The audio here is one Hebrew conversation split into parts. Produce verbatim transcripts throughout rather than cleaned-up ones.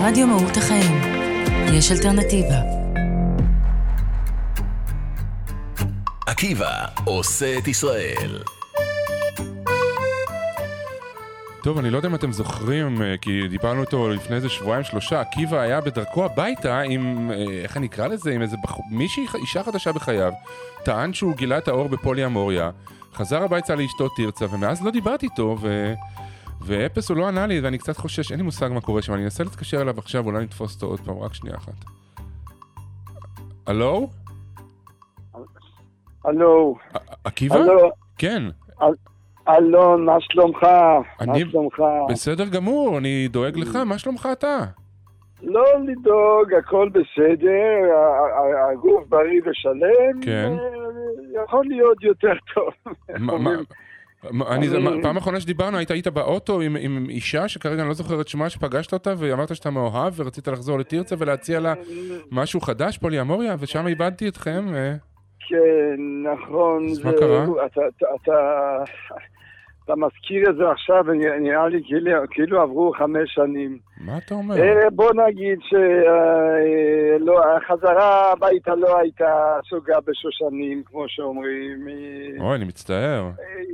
רדיו מהות החיים. יש אלטרנטיבה. עקיבא עושה את ישראל. טוב, אני לא יודע אם אתם זוכרים, כי דיברנו אותו לפני איזה שבועיים שלושה, עקיבא היה בדרכו הביתה עם, איך אני אקרא לזה, עם איזה בח... מישהי, אישה חדשה בחייו, טען שהוא גילה את האור בפוליאמוריה, חזר הביתה לאשתו תרצה, ומאז לא דיברתי איתו, ו... ואפס הוא לא ענה לי, ואני קצת חושש, אין לי מושג מה קורה שם, אני אנסה להתקשר אליו עכשיו, אולי נתפוס אותו עוד פעם, רק שנייה אחת. הלו? הלו. עקיבא? כן. אלון, מה שלומך? מה שלומך? בסדר גמור, אני דואג לך, מה שלומך אתה? לא לדאוג, הכל בסדר, הגוף בריא ושלם, כן. יכול להיות יותר טוב. פעם האחרונה שדיברנו, היית היית באוטו עם אישה שכרגע אני לא זוכר את שמה, שפגשת אותה ואמרת שאתה מאוהב ורצית לחזור לתרצה ולהציע לה משהו חדש, פוליאמוריה, ושם איבדתי אתכם. כן, נכון. אז מה קרה? אתה מזכיר את זה עכשיו, ונראה לי כאילו עברו חמש שנים. מה אתה אומר? בוא נגיד שהחזרה הביתה לא הייתה סוגה בשושנים, כמו שאומרים. אוי, אני מצטער.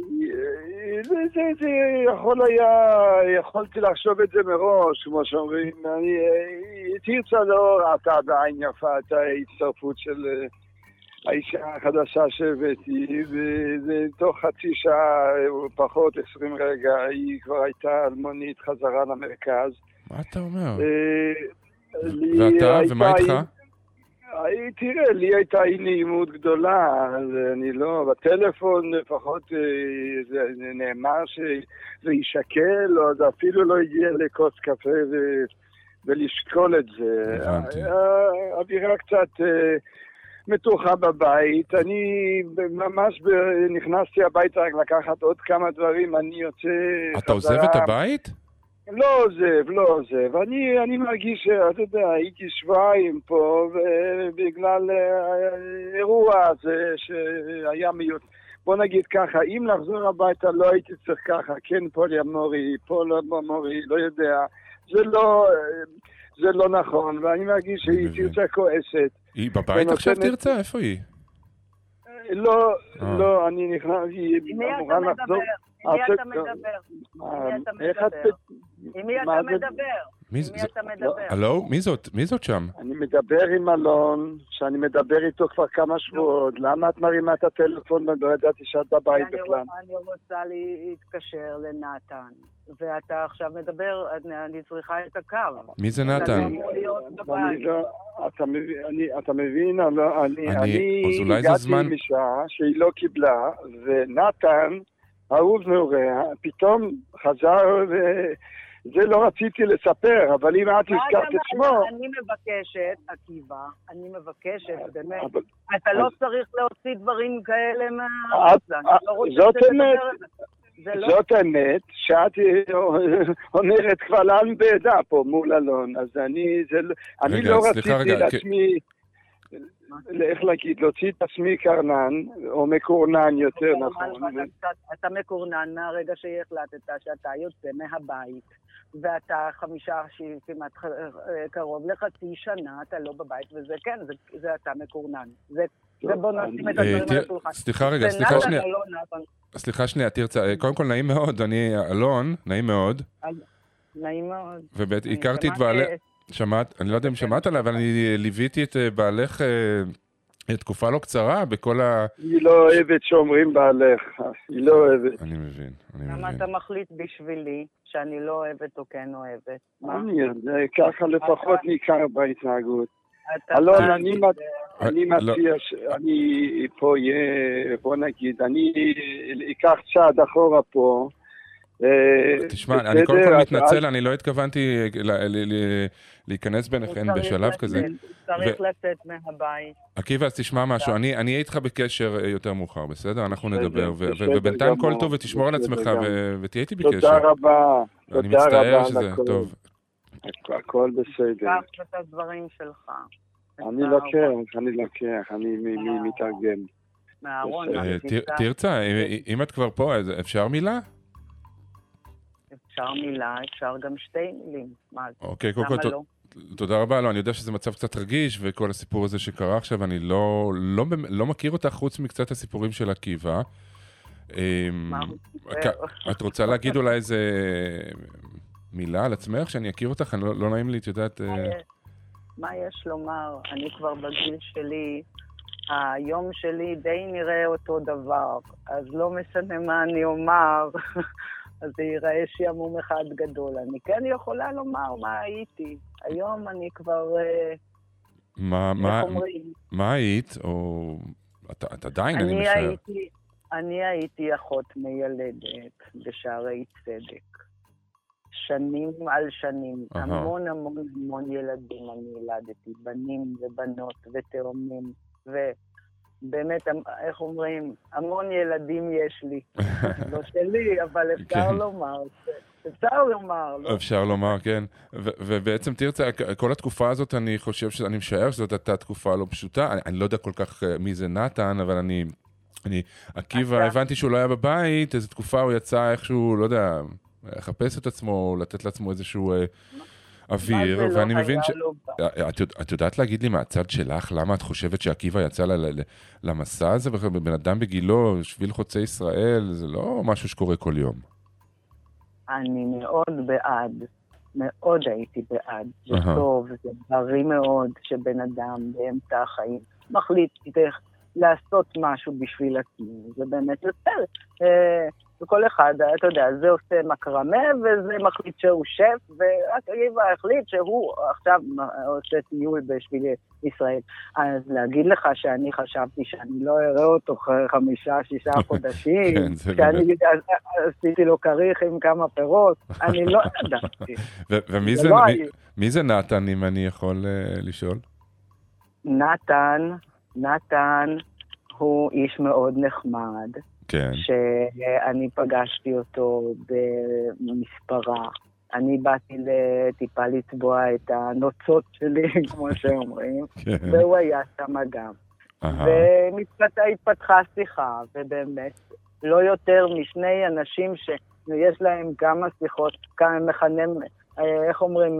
זה יכול היה, יכולתי לחשוב את זה מראש, כמו שאומרים. תרצה לא ראתה עדיין יפה את ההצטרפות של האישה החדשה שהבאתי, ותוך חצי שעה, פחות עשרים רגע, היא כבר הייתה אלמונית חזרה למרכז. מה אתה אומר? ואתה, ומה איתך? תראה, לי הייתה אי נעימות גדולה, אז אני לא, בטלפון לפחות זה נאמר שזה יישקל, או זה אפילו לא הגיע לכוס קפה ולשקול את זה. הבנתי. אווירה קצת מתוחה בבית, אני ממש נכנסתי הביתה רק לקחת עוד כמה דברים, אני יוצא חזרה. אתה עוזב את הבית? לא עוזב, לא עוזב. אני, אני מרגיש, אתה יודע, הייתי שבועיים פה, ובגלל האירוע הזה שהיה מיותר. בוא נגיד ככה, אם לחזור הביתה לא הייתי צריך ככה, כן פוליאמורי, פוליאמורי, לא יודע. זה לא, זה לא נכון, ואני מרגיש שהיא תרצה כועסת. היא בבית עכשיו תרצה? איפה היא? לא, לא, אני נכנס, היא אמורה לחזור. עם מי אתה מדבר? עם מי אתה מדבר? עם מי אתה מדבר? הלו? מי זאת? מי זאת שם? אני מדבר עם אלון, שאני מדבר איתו כבר כמה שבועות. למה את מרימה את הטלפון ולא ידעתי שאת בבית בכלל? אני רוצה להתקשר לנתן, ואתה עכשיו מדבר, אני צריכה את הקו. מי זה נתן? אתה מבין? אני הגעתי עם אישה שהיא לא קיבלה, ונתן, אהוב נורא, פתאום חזר, וזה לא רציתי לספר, אבל אם את הזכרת את שמו... אני מבקשת, עקיבא, אני מבקשת, באמת, אתה לא צריך להוציא דברים כאלה מהראש, זאת אמת, זאת אמת, שאת אומרת קבלן בעדה פה מול אלון, אז אני לא רציתי לעצמי... איך להגיד, להוציא את עצמי קרנן, או מקורנן יותר נכון. אתה מקורנן מהרגע שהחלטת שאתה יוצא מהבית, ואתה חמישה, כמעט קרוב לחצי שנה, אתה לא בבית, וזה כן, זה אתה מקורנן. זה בוא נשים את הדברים על השולחן. סליחה רגע, סליחה שנייה. סליחה שנייה, תרצה, קודם כל נעים מאוד, אני אלון, נעים מאוד. נעים מאוד. והכרתי את בעלי... שמעת, אני לא יודע אם שמעת עליו, אבל אני ליוויתי את בעלך תקופה לא קצרה בכל ה... היא לא אוהבת שאומרים בעלך, היא לא אוהבת. אני מבין, אני מבין. למה אתה מחליט בשבילי שאני לא אוהבת או כן אוהבת? אני יודע, ככה לפחות ניכר בהתנהגות. אלון, אני מציע שאני פה יהיה, בוא נגיד, אני אקח צעד אחורה פה, תשמע, אני קודם כל מתנצל, אני לא התכוונתי להיכנס ביניכם בשלב כזה. צריך לצאת מהבית. עקיבא, אז תשמע משהו, אני אהיה איתך בקשר יותר מאוחר, בסדר? אנחנו נדבר, ובינתיים כל טוב ותשמור על עצמך ותהיה איתי בקשר. תודה רבה. אני מצטער שזה טוב. הכל בסדר. קח את הדברים שלך. אני לוקח, אני לוקח, אני מתרגם. מהארון. תרצה, אם את כבר פה, אפשר מילה? אפשר מילה, אפשר גם שתי מילים. אוקיי, קודם כל, תודה רבה, לא, אני יודע שזה מצב קצת רגיש, וכל הסיפור הזה שקרה עכשיו, אני לא, לא, לא מכיר אותך חוץ מקצת הסיפורים של עקיבא. את רוצה להגיד אולי איזה מילה על עצמך, שאני אכיר אותך? לא, לא נעים לי, את יודעת... מה יש לומר? אני כבר בגיל שלי, היום שלי די נראה אותו דבר, אז לא משנה מה אני אומר, אז זה ייראה שעמום אחד גדול. אני כן יכולה לומר מה הייתי. היום אני כבר... מה, מה, מה היית? או... את, את עדיין, אני, אני משער. הייתי, אני הייתי אחות מיילדת בשערי צדק. שנים על שנים. Aha. המון המון המון ילדים אני ילדתי. בנים ובנות ותאומים. ובאמת, איך אומרים, המון ילדים יש לי. לא שלי, אבל אפשר כן. לומר. אפשר לומר. לא? אפשר לומר, כן. ו- ובעצם תרצה, כל התקופה הזאת, אני חושב שאני משער שזאת הייתה תקופה לא פשוטה. אני, אני לא יודע כל כך מי זה נתן, אבל אני... אני, עקיבא, הבנתי שהוא לא היה בבית, איזו תקופה הוא יצא איכשהו, לא יודע, לחפש את עצמו, לתת לעצמו איזשהו אה, אוויר, ואני מבין ש... את, את יודעת להגיד לי מהצד שלך, למה את חושבת שעקיבא יצא ל, ל, למסע הזה, בן אדם בגילו, שביל חוצי ישראל, זה לא משהו שקורה כל יום. אני מאוד בעד, מאוד הייתי בעד, זה טוב, זה בריא מאוד, שבן אדם באמצע החיים מחליט איך לעשות משהו בשביל עצמו, זה באמת יותר. וכל אחד, אתה יודע, זה עושה מקרמה, וזה מחליט שהוא שף, ורק עקיבא החליט שהוא עכשיו עושה טיול בשביל ישראל. אז להגיד לך שאני חשבתי שאני לא אראה אותו חמישה, שישה חודשים, שאני עשיתי לו כריך עם כמה פירות, אני לא ידעתי. ומי זה נתן, אם אני יכול לשאול? נתן, נתן הוא איש מאוד נחמד, כן. שאני פגשתי אותו במספרה. אני באתי לטיפה לצבוע את הנוצות שלי, כמו שאומרים, כן. והוא היה שם גם. והתפתחה שיחה, ובאמת, לא יותר משני אנשים שיש להם כמה שיחות, כמה מכנה, איך אומרים?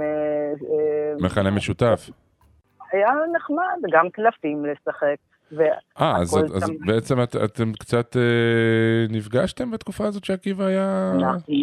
מכנה משותף. היה נחמד, גם קלפים לשחק. אה, אז, אז בעצם את, אתם קצת אה, נפגשתם בתקופה הזאת שעקיבא היה... אנחנו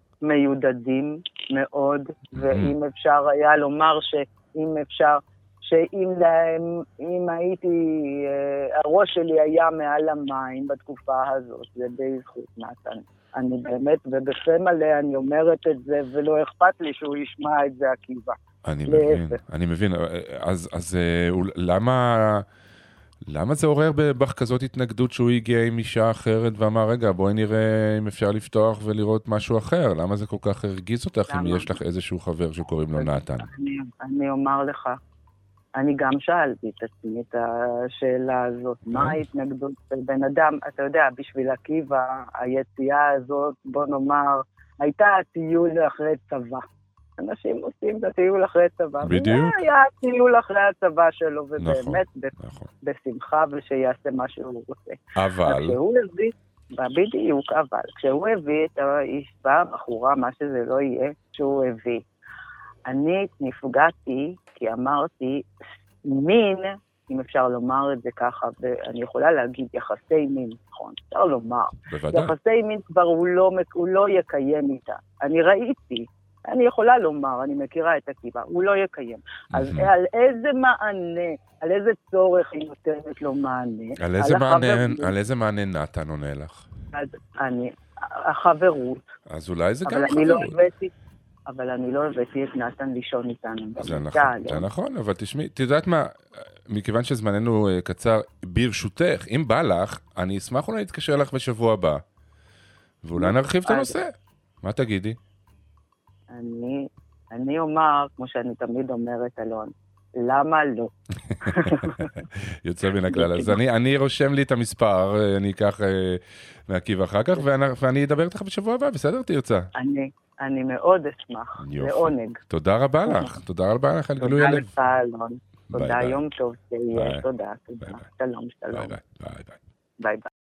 מיודדים מאוד, ואם אפשר היה לומר שאם אפשר, שאם להם, אם הייתי, אה, הראש שלי היה מעל המים בתקופה הזאת, זה בזכות נתן. אני באמת, ובפה מלא אני אומרת את זה, ולא אכפת לי שהוא ישמע את זה עקיבא. אני מבין, אני מבין. אז, אז למה... למה זה עורר בך כזאת התנגדות שהוא הגיע עם אישה אחרת ואמר, רגע, בואי נראה אם אפשר לפתוח ולראות משהו אחר? למה זה כל כך הרגיז אותך אם יש לך איזשהו חבר שקוראים לו נתן? אני, אני אומר לך, אני גם שאלתי את עצמי את השאלה הזאת, מה ההתנגדות של בן אדם? אתה יודע, בשביל עקיבא, היציאה הזאת, בוא נאמר, הייתה הטיול אחרי צבא. אנשים עושים את הטיול אחרי צבא. בדיוק. וזה היה הטיול אחרי הצבא שלו, ובאמת נכון, בשמחה ושיעשה מה שהוא רוצה. אבל... כשהוא הביא, בדיוק, אבל, כשהוא הביא את האישה, הבחורה, מה שזה לא יהיה, שהוא הביא. אני נפגעתי, כי אמרתי, מין, אם אפשר לומר את זה ככה, ואני יכולה להגיד יחסי מין, נכון, אפשר לומר. בוודאי. יחסי מין כבר הוא לא, הוא לא יקיים איתה. אני ראיתי, אני יכולה לומר, אני מכירה את עקיבא, הוא לא יקיים. אז על איזה מענה, על איזה צורך היא נותנת לו מענה? על איזה מענה, על איזה מענה נתן עונה לך? אז אני, החברות. אז אולי זה גם חברות. אבל אני לא הבאתי את נתן לישון איתנו. זה נכון, זה נכון, אבל תשמעי, תדעת מה, מכיוון שזמננו קצר, ברשותך, אם בא לך, אני אשמח אולי להתקשר לך בשבוע הבא, ואולי נרחיב את הנושא. מה תגידי? אני, אני אומר, כמו שאני תמיד אומרת, אלון, למה לא? יוצא מן הכלל. אז אני, אני רושם לי את המספר, אני אקח מעקיבא אחר כך, ואני, ואני אדבר איתך בשבוע הבא, בסדר? תרצה. אני, אני מאוד אשמח, לעונג. תודה רבה לך, תודה רבה לך על גילוי הלב. תודה לך, אלון. תודה, יום טוב שיהיה, תודה, תודה. שלום, שלום. ביי ביי. ביי ביי.